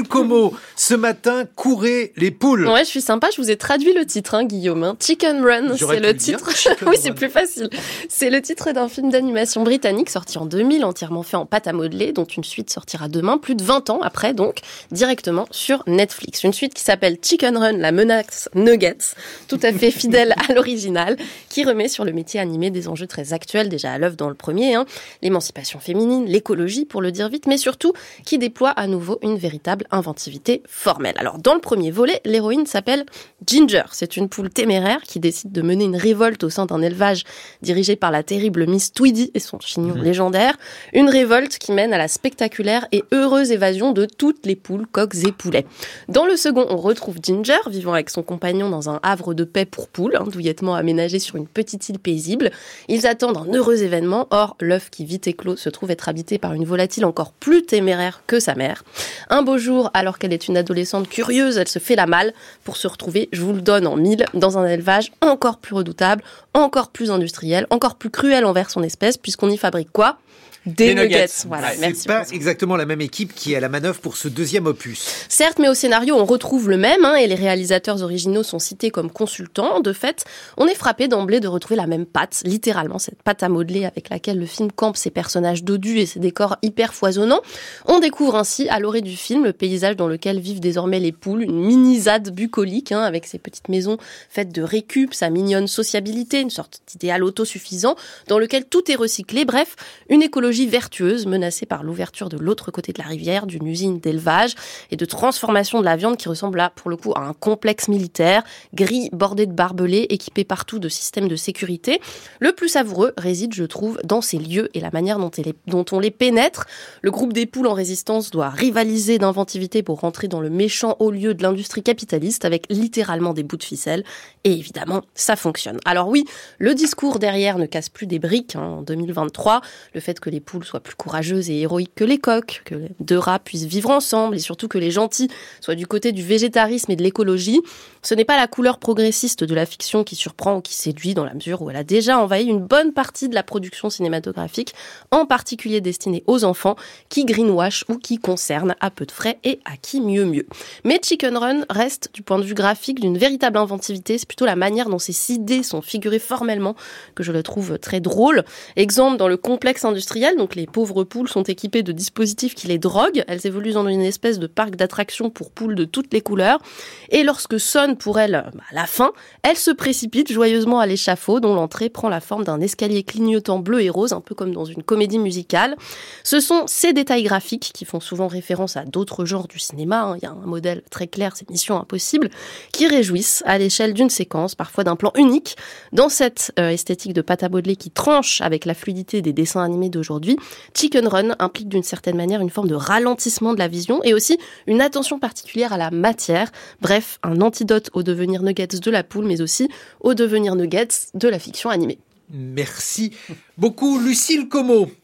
Lucille Como, ce matin, courez les poules. Ouais, je suis sympa, je vous ai traduit le titre, Guillaume. Chicken Run, J'aurais c'est le pu titre. dire, Oui, c'est plus facile. C'est le titre d'un film d'animation britannique sorti en 2000, entièrement fait en pâte à modeler, dont une suite sortira demain, plus de 20 ans après, donc, directement sur Netflix. Une suite qui s'appelle Chicken Run, la menace Nuggets, tout à fait fidèle à l'original, qui remet sur le métier animé des enjeux très actuels, déjà à l'œuvre dans le premier, l'émancipation féminine, l'écologie, pour le dire vite, mais surtout, qui déploie à nouveau une véritable inventivité formelle. Alors, dans le premier volet, l'héroïne s'appelle Ginger. C'est une poule téméraire qui décide de mener une révolte au sein d'un élevage dirigé par la terrible Miss Tweedy et son chignon légendaire. Une révolte qui mène à la spectaculaire et heureuse évasion de toutes les poules, coqs et poulets. Dans le second, on retrouve Ginger, vivant avec son compagnon dans un havre de paix pour poules, douillettement aménagé sur une petite île paisible. Ils attendent un heureux événement. Or, l'œuf qui vite éclot se trouve être habité par une volatile encore plus téméraire que sa mère. Un beau jour, alors qu'elle est une adolescente curieuse, elle se fait la malle pour se retrouver, je vous le donne en mille, dans un élevage encore plus redoutable, encore plus industriel, encore plus cruel envers son espèce, puisqu'on y fabrique quoi ? Des nuggets. Voilà, Ouais, merci. c'est pas exactement la même équipe qui est à la manœuvre pour ce deuxième opus. Certes, mais au scénario, on retrouve le même, et les réalisateurs originaux sont cités comme consultants. De fait, on est frappé d'emblée de retrouver la même patte, littéralement cette pâte à modeler avec laquelle le film campe ses personnages dodus et ses décors hyper foisonnants. On découvre ainsi, à l'orée du film, le paysage dans lequel vivent désormais les poules, une mini-ZAD bucolique, avec ses petites maisons faites de récup, sa mignonne sociabilité, une sorte d'idéal autosuffisant, dans lequel tout est recyclé, bref, une écologie vertueuse menacée par l'ouverture de l'autre côté de la rivière d'une usine d'élevage et de transformation de la viande qui ressemble là, pour le coup, à un complexe militaire, gris, bordé de barbelés, équipé partout de systèmes de sécurité. Le plus savoureux réside, je trouve, dans ces lieux et la manière dont on les pénètre. Le groupe des poules en résistance doit rivaliser d'inventivité pour rentrer dans le méchant haut lieu de l'industrie capitaliste avec littéralement des bouts de ficelle. Et évidemment, ça fonctionne. Alors oui, le discours derrière ne casse plus des briques en 2023. Le fait que les poules soient plus courageuses et héroïques que les coqs, que les deux rats puissent vivre ensemble et surtout que les gentils soient du côté du végétarisme et de l'écologie. Ce n'est pas la couleur progressiste de la fiction qui surprend ou qui séduit dans la mesure où elle a déjà envahi une bonne partie de la production cinématographique, en particulier destinée aux enfants, qui greenwash ou qui concerne à peu de frais et à qui mieux. Mais Chicken Run reste, du point de vue graphique, d'une véritable inventivité. C'est plutôt la manière dont ces idées sont figurées formellement que je le trouve très drôle. Exemple, dans le complexe industriel, donc les pauvres poules sont équipées de dispositifs qui les droguent. Elles évoluent dans une espèce de parc d'attractions pour poules de toutes les couleurs. Et lorsque sonne pour elles la fin, elles se précipitent joyeusement à l'échafaud, dont l'entrée prend la forme d'un escalier clignotant bleu et rose, un peu comme dans une comédie musicale. Ce sont ces détails graphiques qui font souvent référence à d'autres genres du cinéma. Il y a un modèle très clair, c'est Mission Impossible, qui réjouissent à l'échelle d'une séquence, parfois d'un plan unique. Dans cette esthétique de pâte à modeler qui tranche avec la fluidité des dessins animés d'aujourd'hui, Chicken Run implique d'une certaine manière une forme de ralentissement de la vision et aussi une attention particulière à la matière. Bref, un antidote au devenir nuggets de la poule, mais aussi au devenir nuggets de la fiction animée. Merci beaucoup, Lucille Como.